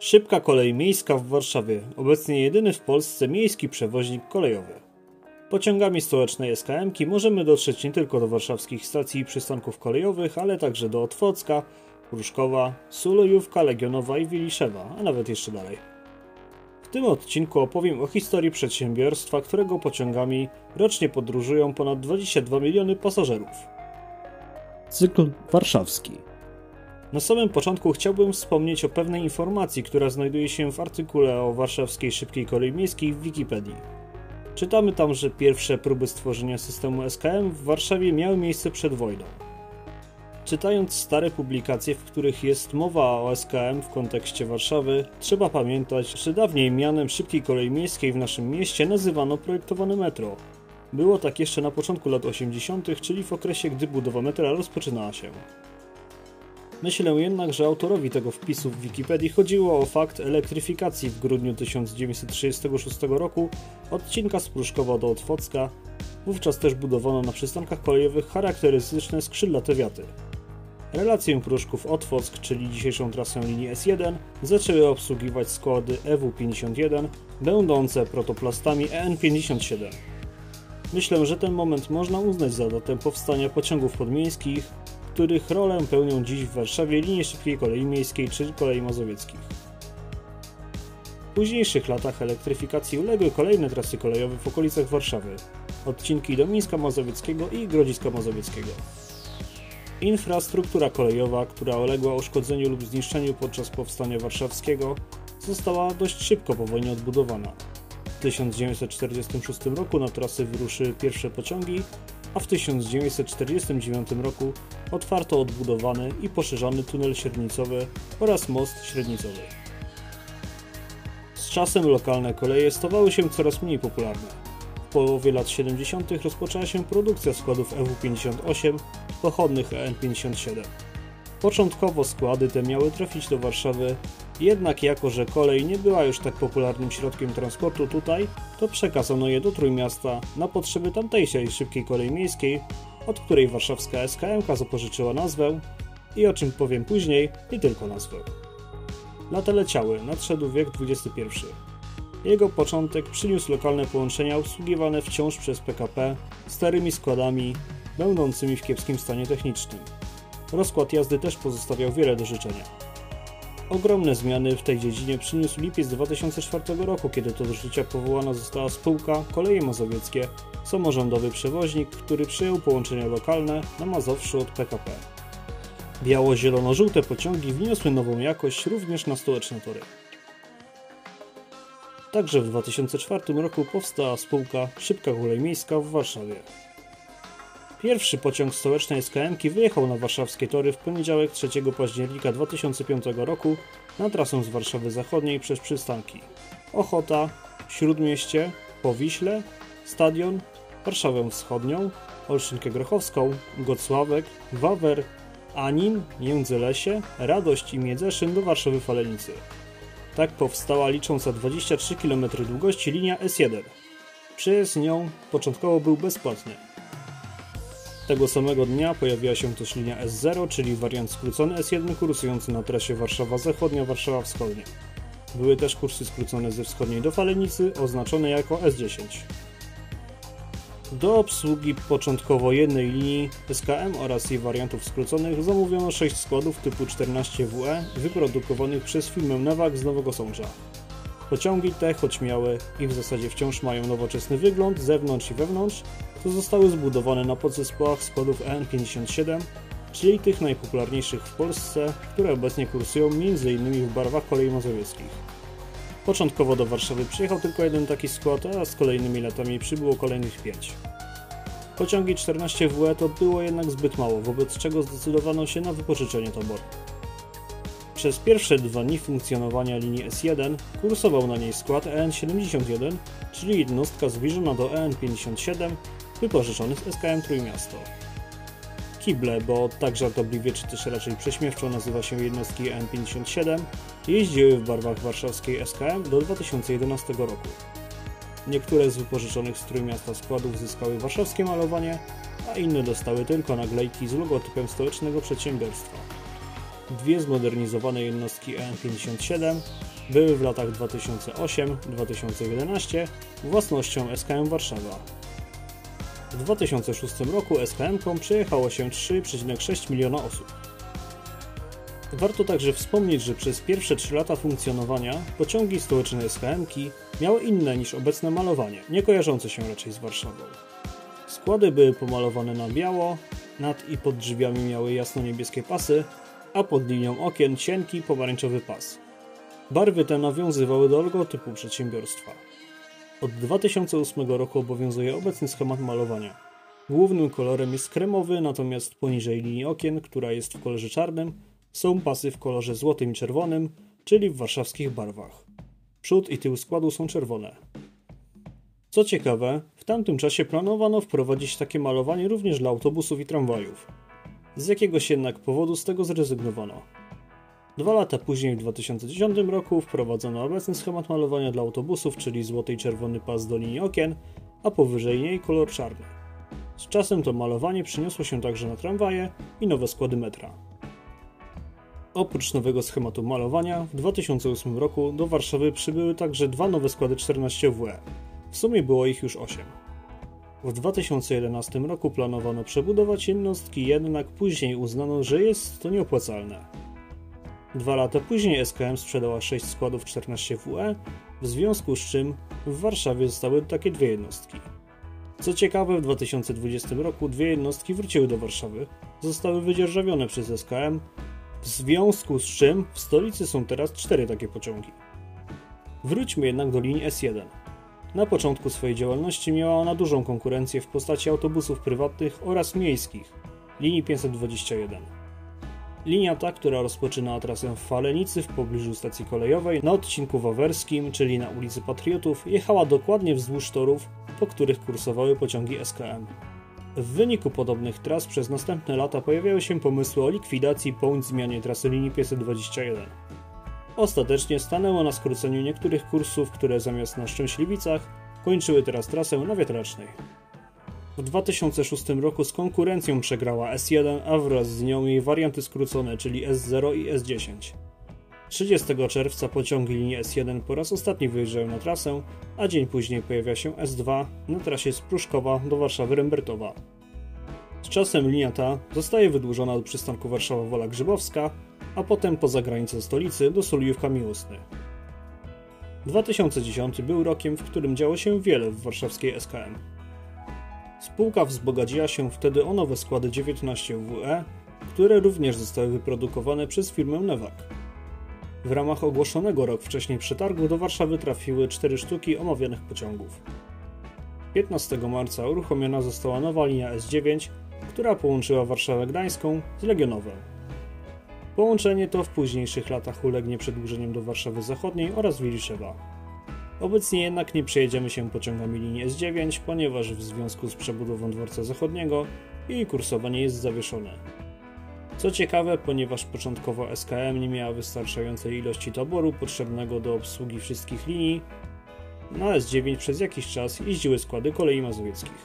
Szybka kolej miejska w Warszawie. Obecnie jedyny w Polsce miejski przewoźnik kolejowy. Pociągami stołecznej SKM-ki możemy dotrzeć nie tylko do warszawskich stacji i przystanków kolejowych, ale także do Otwocka, Pruszkowa, Sulejówka, Legionowa i Wiliszewa, a nawet jeszcze dalej. W tym odcinku opowiem o historii przedsiębiorstwa, którego pociągami rocznie podróżują ponad 22 miliony pasażerów. Cykl warszawski. Na samym początku chciałbym wspomnieć o pewnej informacji, która znajduje się w artykule o warszawskiej szybkiej kolei miejskiej w Wikipedii. Czytamy tam, że pierwsze próby stworzenia systemu SKM w Warszawie miały miejsce przed wojną. Czytając stare publikacje, w których jest mowa o SKM w kontekście Warszawy, trzeba pamiętać, że dawniej mianem szybkiej kolei miejskiej w naszym mieście nazywano projektowane metro. Było tak jeszcze na początku lat 80., czyli w okresie, gdy budowa metra rozpoczynała się. Myślę jednak, że autorowi tego wpisu w Wikipedii chodziło o fakt elektryfikacji w grudniu 1936 roku odcinka z Pruszkowa do Otwocka. Wówczas też budowano na przystankach kolejowych charakterystyczne skrzydlate wiaty. Relację Pruszków-Otwock, czyli dzisiejszą trasę linii S1, zaczęły obsługiwać składy EW51, będące protoplastami EN57. Myślę, że ten moment można uznać za datę powstania pociągów podmiejskich, których rolę pełnią dziś w Warszawie linie szybkiej kolei miejskiej czy kolei mazowieckich. W późniejszych latach elektryfikacji uległy kolejne trasy kolejowe w okolicach Warszawy, odcinki do Mińska Mazowieckiego i Grodziska Mazowieckiego. Infrastruktura kolejowa, która uległa uszkodzeniu lub zniszczeniu podczas powstania warszawskiego, została dość szybko po wojnie odbudowana. W 1946 roku na trasy wyruszyły pierwsze pociągi, a w 1949 roku otwarto odbudowany i poszerzony tunel średnicowy oraz most średnicowy. Z czasem lokalne koleje stawały się coraz mniej popularne. W połowie lat 70. rozpoczęła się produkcja składów EW58 pochodnych EN57. Początkowo składy te miały trafić do Warszawy, jednak jako że kolej nie była już tak popularnym środkiem transportu tutaj, to przekazano je do Trójmiasta na potrzeby tamtejszej szybkiej kolei miejskiej, od której warszawska SKM-ka zapożyczyła nazwę i o czym powiem później, nie tylko nazwę. Lata leciały, nadszedł wiek XXI. Jego początek przyniósł lokalne połączenia obsługiwane wciąż przez PKP starymi składami, będącymi w kiepskim stanie technicznym. Rozkład jazdy też pozostawiał wiele do życzenia. Ogromne zmiany w tej dziedzinie przyniósł lipiec 2004 roku, kiedy to do życia powołana została spółka Koleje Mazowieckie, samorządowy przewoźnik, który przyjął połączenia lokalne na Mazowszu od PKP. Biało-zielono-żółte pociągi wniosły nową jakość również na stołeczne tory. Także w 2004 roku powstała spółka Szybka Kolej Miejska w Warszawie. Pierwszy pociąg stołecznej SKM-ki wyjechał na warszawskie tory w poniedziałek 3 października 2005 roku na trasę z Warszawy Zachodniej przez przystanki Ochota, Śródmieście, Powiśle, Stadion, Warszawę Wschodnią, Olszynkę Grochowską, Gocławek, Wawer, Anin, Jędzylesie, Radość i Miedzeszyn do Warszawy Falenicy. Tak powstała licząca 23 km długości linia S1. Przejazd nią początkowo był bezpłatny. Tego samego dnia pojawiła się też linia S0, czyli wariant skrócony S1 kursujący na trasie Warszawa Zachodnia, Warszawa Wschodnia. Były też kursy skrócone ze wschodniej do Falenicy, oznaczone jako S10. Do obsługi początkowo jednej linii SKM oraz jej wariantów skróconych zamówiono 6 składów typu 14WE wyprodukowanych przez firmę Newag z Nowego Sącza. Pociągi te, choć miały i w zasadzie wciąż mają nowoczesny wygląd z zewnątrz i wewnątrz, to zostały zbudowane na podzespołach składów EN57, czyli tych najpopularniejszych w Polsce, które obecnie kursują m.in. w barwach kolei mazowieckich. Początkowo do Warszawy przyjechał tylko jeden taki skład, a z kolejnymi latami przybyło kolejnych 5. Pociągi 14WE to było jednak zbyt mało, wobec czego zdecydowano się na wypożyczenie taboru. Przez pierwsze 2 dni funkcjonowania linii S1 kursował na niej skład EN71, czyli jednostka zbliżona do EN57, wypożyczony z SKM Trójmiasto. Kible, bo tak żartobliwie czy też raczej prześmiewczo nazywa się jednostki EN57, jeździły w barwach warszawskiej SKM do 2011 roku. Niektóre z wypożyczonych z Trójmiasta składów zyskały warszawskie malowanie, a inne dostały tylko naklejki z logotypem stołecznego przedsiębiorstwa. 2 zmodernizowane jednostki EN57 były w latach 2008-2011 własnością SKM Warszawa. W 2006 roku SKM-ką przejechało się 3,6 miliona osób. Warto także wspomnieć, że przez pierwsze 3 lata funkcjonowania pociągi stołeczne SKM-ki miały inne niż obecne malowanie, nie kojarzące się raczej z Warszawą. Składy były pomalowane na biało, nad i pod drzwiami miały jasno-niebieskie pasy, a pod linią okien cienki pomarańczowy pas. Barwy te nawiązywały do logotypu przedsiębiorstwa. Od 2008 roku obowiązuje obecny schemat malowania. Głównym kolorem jest kremowy, natomiast poniżej linii okien, która jest w kolorze czarnym, są pasy w kolorze złotym i czerwonym, czyli w warszawskich barwach. Przód i tył składu są czerwone. Co ciekawe, w tamtym czasie planowano wprowadzić takie malowanie również dla autobusów i tramwajów. Z jakiegoś jednak powodu z tego zrezygnowano. 2 lata później, w 2010 roku, wprowadzono obecny schemat malowania dla autobusów, czyli złoty i czerwony pas do linii okien, a powyżej niej kolor czarny. Z czasem to malowanie przeniosło się także na tramwaje i nowe składy metra. Oprócz nowego schematu malowania, w 2008 roku do Warszawy przybyły także 2 nowe składy 14WE. W sumie było ich już 8. W 2011 roku planowano przebudować jednostki, jednak później uznano, że jest to nieopłacalne. 2 lata później SKM sprzedała 6 składów 14WE, w związku z czym w Warszawie zostały takie 2 jednostki. Co ciekawe, w 2020 roku 2 jednostki wróciły do Warszawy, zostały wydzierżawione przez SKM, w związku z czym w stolicy są teraz 4 takie pociągi. Wróćmy jednak do linii S1. Na początku swojej działalności miała ona dużą konkurencję w postaci autobusów prywatnych oraz miejskich, linii 521. Linia ta, która rozpoczynała trasę w Falenicy w pobliżu stacji kolejowej na odcinku wawerskim, czyli na ulicy Patriotów, jechała dokładnie wzdłuż torów, po których kursowały pociągi SKM. W wyniku podobnych tras przez następne lata pojawiały się pomysły o likwidacji bądź zmianie trasy linii 521. Ostatecznie stanęło na skróceniu niektórych kursów, które zamiast na Szczęśliwicach kończyły teraz trasę na Wiatracznej. W 2006 roku z konkurencją przegrała S1, a wraz z nią jej warianty skrócone, czyli S0 i S10. 30 czerwca pociągi linii S1 po raz ostatni wyjeżdżają na trasę, a dzień później pojawia się S2 na trasie z Pruszkowa do Warszawy-Rembertowa. Z czasem linia ta zostaje wydłużona do przystanku Warszawa-Wola Grzybowska, a potem poza granicę stolicy do Sulejówka-Miłosny. 2010 był rokiem, w którym działo się wiele w warszawskiej SKM. Spółka wzbogaciła się wtedy o nowe składy 19WE, które również zostały wyprodukowane przez firmę Newag. W ramach ogłoszonego rok wcześniej przetargu do Warszawy trafiły 4 sztuki omawianych pociągów. 15 marca uruchomiona została nowa linia S9, która połączyła Warszawę Gdańską z Legionowem. Połączenie to w późniejszych latach ulegnie przedłużeniem do Warszawy Zachodniej oraz Wiliszewa. Obecnie jednak nie przejedziemy się pociągami linii S9, ponieważ w związku z przebudową dworca zachodniego jej kursowanie jest zawieszone. Co ciekawe, ponieważ początkowo SKM nie miała wystarczającej ilości taboru potrzebnego do obsługi wszystkich linii, na S9 przez jakiś czas jeździły składy kolei mazowieckich.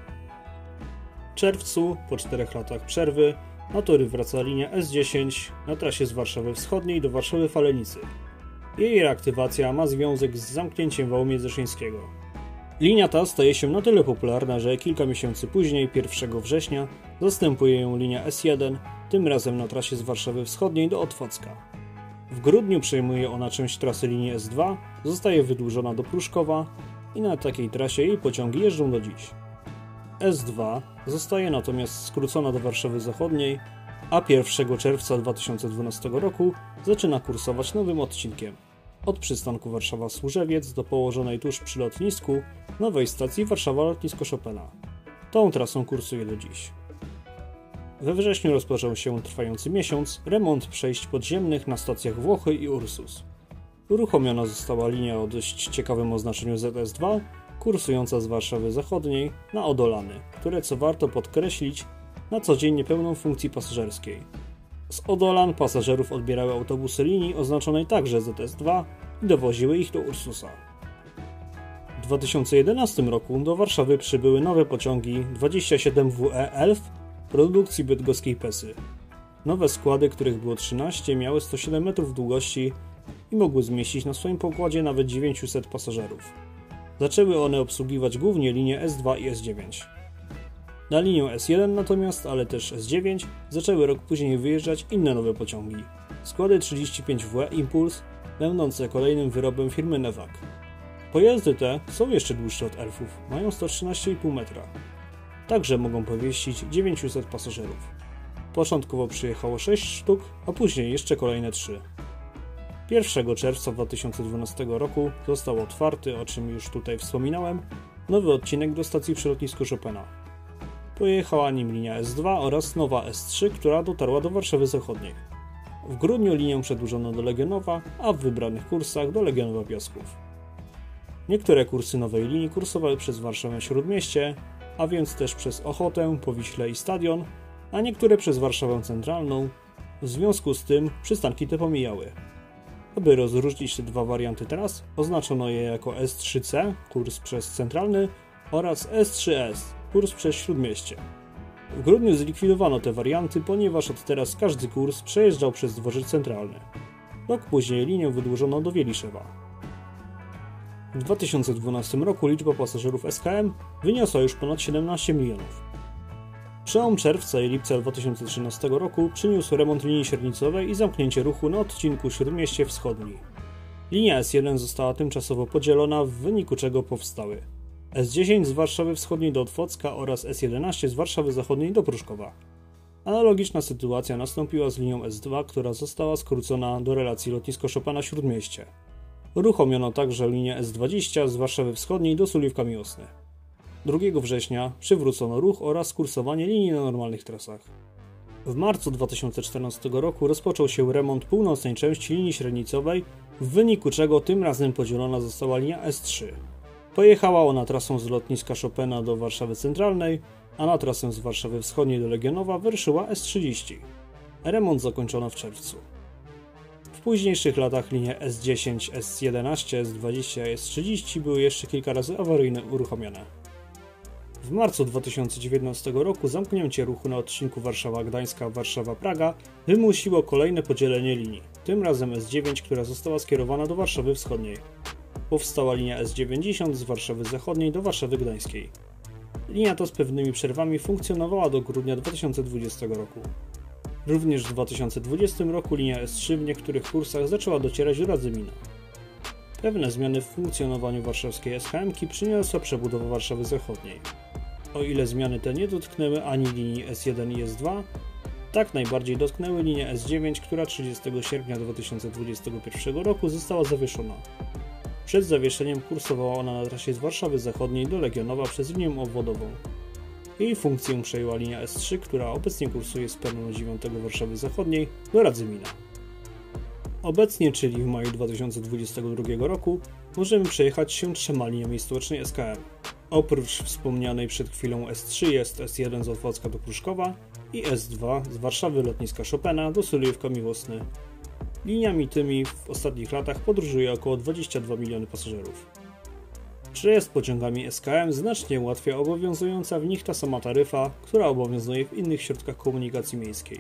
W czerwcu, po 4 latach przerwy, na tory wraca linia S10 na trasie z Warszawy Wschodniej do Warszawy Falenicy. Jej reaktywacja ma związek z zamknięciem wału międzyszyńskiego. Linia ta staje się na tyle popularna, że kilka miesięcy później, 1 września, zastępuje ją linia S1, tym razem na trasie z Warszawy Wschodniej do Otwocka. W grudniu przejmuje ona część trasy linii S2, zostaje wydłużona do Pruszkowa i na takiej trasie jej pociągi jeżdżą do dziś. S2 zostaje natomiast skrócona do Warszawy Zachodniej, a 1 czerwca 2012 roku zaczyna kursować nowym odcinkiem od przystanku Warszawa-Służewiec do położonej tuż przy lotnisku nowej stacji Warszawa Lotnisko Chopina. Tą trasą kursuje do dziś. We wrześniu rozpoczął się trwający miesiąc remont przejść podziemnych na stacjach Włochy i Ursus. Uruchomiona została linia o dość ciekawym oznaczeniu ZS2, kursująca z Warszawy Zachodniej na Odolany, które, co warto podkreślić, na co dzień nie pełnią funkcji pasażerskiej. Z Odolan pasażerów odbierały autobusy linii oznaczonej także ZS2 i dowoziły ich do Ursusa. W 2011 roku do Warszawy przybyły nowe pociągi 27WE Elf produkcji bydgoskiej Pesy. Nowe składy, których było 13, miały 107 metrów długości i mogły zmieścić na swoim pokładzie nawet 900 pasażerów. Zaczęły one obsługiwać głównie linie S2 i S9. Na linię S1 natomiast, ale też S9 zaczęły rok później wyjeżdżać inne nowe pociągi. Składy 35W Impuls, będące kolejnym wyrobem firmy Nevak. Pojazdy te są jeszcze dłuższe od elfów, mają 113,5 metra. Także mogą pomieścić 900 pasażerów. Początkowo przyjechało 6 sztuk, a później jeszcze kolejne 3. 1 czerwca 2012 roku został otwarty, o czym już tutaj wspominałem, nowy odcinek do stacji przy lotnisku Chopina. Pojechała nim linia S2 oraz nowa S3, która dotarła do Warszawy Zachodniej. W grudniu linię przedłużono do Legionowa, a w wybranych kursach do Legionowa Piasków. Niektóre kursy nowej linii kursowały przez Warszawę Śródmieście, a więc też przez Ochotę, Powiśle i Stadion, a niektóre przez Warszawę Centralną. W związku z tym przystanki te pomijały. Aby rozróżnić te dwa warianty tras, oznaczono je jako S3C, kurs przez Centralny, oraz S3S, kurs przez Śródmieście. W grudniu zlikwidowano te warianty, ponieważ od teraz każdy kurs przejeżdżał przez Dworzec Centralny. Rok później linię wydłużono do Wieliszewa. W 2012 roku liczba pasażerów SKM wyniosła już ponad 17 milionów. Przełom czerwca i lipca 2013 roku przyniósł remont linii średnicowej i zamknięcie ruchu na odcinku Śródmieście Wschodni. Linia S1 została tymczasowo podzielona, w wyniku czego powstały S10 z Warszawy Wschodniej do Otwocka oraz S11 z Warszawy Zachodniej do Pruszkowa. Analogiczna sytuacja nastąpiła z linią S2, która została skrócona do relacji lotnisko Chopina Śródmieście. Uruchomiono także linię S20 z Warszawy Wschodniej do Sulówka Miłosny. 2 września przywrócono ruch oraz kursowanie linii na normalnych trasach. W marcu 2014 roku rozpoczął się remont północnej części linii średnicowej, w wyniku czego tym razem podzielona została linia S3. Pojechała ona trasą z lotniska Chopina do Warszawy Centralnej, a na trasę z Warszawy Wschodniej do Legionowa wyruszyła S30. Remont zakończono w czerwcu. W późniejszych latach linie S10, S11, S20 i S30 były jeszcze kilka razy awaryjnie uruchomione. W marcu 2019 roku zamknięcie ruchu na odcinku Warszawa-Gdańska, Warszawa-Praga wymusiło kolejne podzielenie linii, tym razem S9, która została skierowana do Warszawy Wschodniej. Powstała linia S90 z Warszawy Zachodniej do Warszawy Gdańskiej. Linia ta z pewnymi przerwami funkcjonowała do grudnia 2020 roku. Również w 2020 roku linia S3 w niektórych kursach zaczęła docierać do Radzymina. Pewne zmiany w funkcjonowaniu warszawskiej SKM-ki przyniosła przebudowa Warszawy Zachodniej. O ile zmiany te nie dotknęły ani linii S1 i S2, tak najbardziej dotknęły linię S9, która 30 sierpnia 2021 roku została zawieszona. Przed zawieszeniem kursowała ona na trasie z Warszawy Zachodniej do Legionowa przez linię obwodową. Jej funkcję przejęła linia S3, która obecnie kursuje z peroну 9 Warszawy Zachodniej do Radzymina. Obecnie, czyli w maju 2022 roku, możemy przejechać się 3 liniami stołecznej SKM. Oprócz wspomnianej przed chwilą S3 jest S1 z Otwocka do Pruszkowa i S2 z Warszawy lotniska Chopina do Sulejówka Miłosny. Liniami tymi w ostatnich latach podróżuje około 22 miliony pasażerów. Przejazd pociągami SKM znacznie ułatwia obowiązująca w nich ta sama taryfa, która obowiązuje w innych środkach komunikacji miejskiej.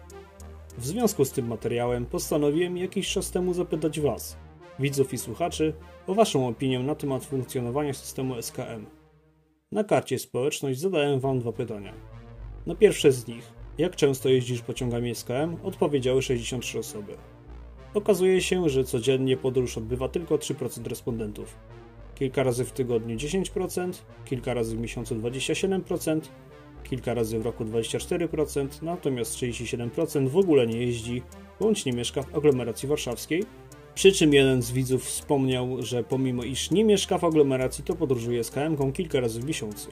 W związku z tym materiałem postanowiłem jakiś czas temu zapytać Was, widzów i słuchaczy, o Waszą opinię na temat funkcjonowania systemu SKM. Na karcie społeczność zadałem Wam 2 pytania. Na pierwsze z nich, jak często jeździsz pociągami SKM, odpowiedziały 63 osoby. Okazuje się, że codziennie podróż odbywa tylko 3% respondentów. Kilka razy w tygodniu 10%, kilka razy w miesiącu 27%, kilka razy w roku 24%, natomiast 37% w ogóle nie jeździ bądź nie mieszka w aglomeracji warszawskiej, przy czym jeden z widzów wspomniał, że pomimo iż nie mieszka w aglomeracji, to podróżuje SKM-ką kilka razy w miesiącu.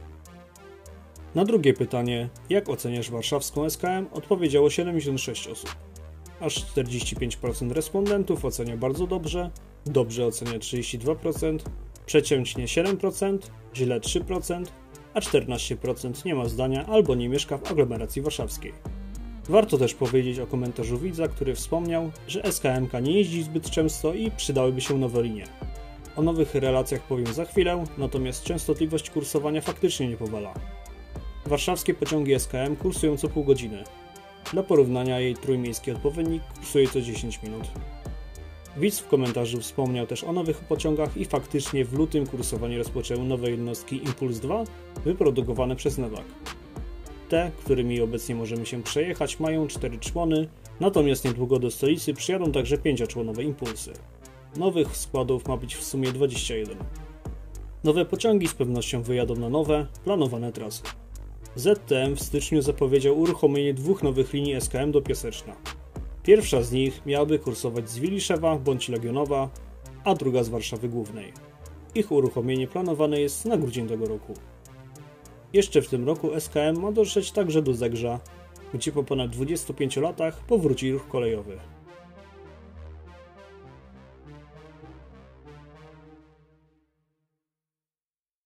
Na drugie pytanie, jak oceniasz warszawską SKM, odpowiedziało 76 osób. Aż 45% respondentów ocenia bardzo dobrze, dobrze ocenia 32%, przeciętnie 7%, źle 3%, a 14% nie ma zdania albo nie mieszka w aglomeracji warszawskiej. Warto też powiedzieć o komentarzu widza, który wspomniał, że SKM-ka nie jeździ zbyt często i przydałyby się nowe linie. O nowych relacjach powiem za chwilę, natomiast częstotliwość kursowania faktycznie nie powala. Warszawskie pociągi SKM kursują co pół godziny. Dla porównania jej trójmiejski odpowiednik kursuje co 10 minut. Widz w komentarzu wspomniał też o nowych pociągach i faktycznie w lutym kursowanie rozpoczęły nowe jednostki Impuls 2 wyprodukowane przez Newag. Te, którymi obecnie możemy się przejechać, mają 4 człony, natomiast niedługo do stolicy przyjadą także 5-członowe Impulsy. Nowych składów ma być w sumie 21. Nowe pociągi z pewnością wyjadą na nowe, planowane trasy. ZTM w styczniu zapowiedział uruchomienie 2 nowych linii SKM do Piaseczna. Pierwsza z nich miałaby kursować z Wiliszewa bądź Legionowa, a druga z Warszawy Głównej. Ich uruchomienie planowane jest na grudzień tego roku. Jeszcze w tym roku SKM ma dotrzeć także do Zegrza, gdzie po ponad 25 latach powróci ruch kolejowy.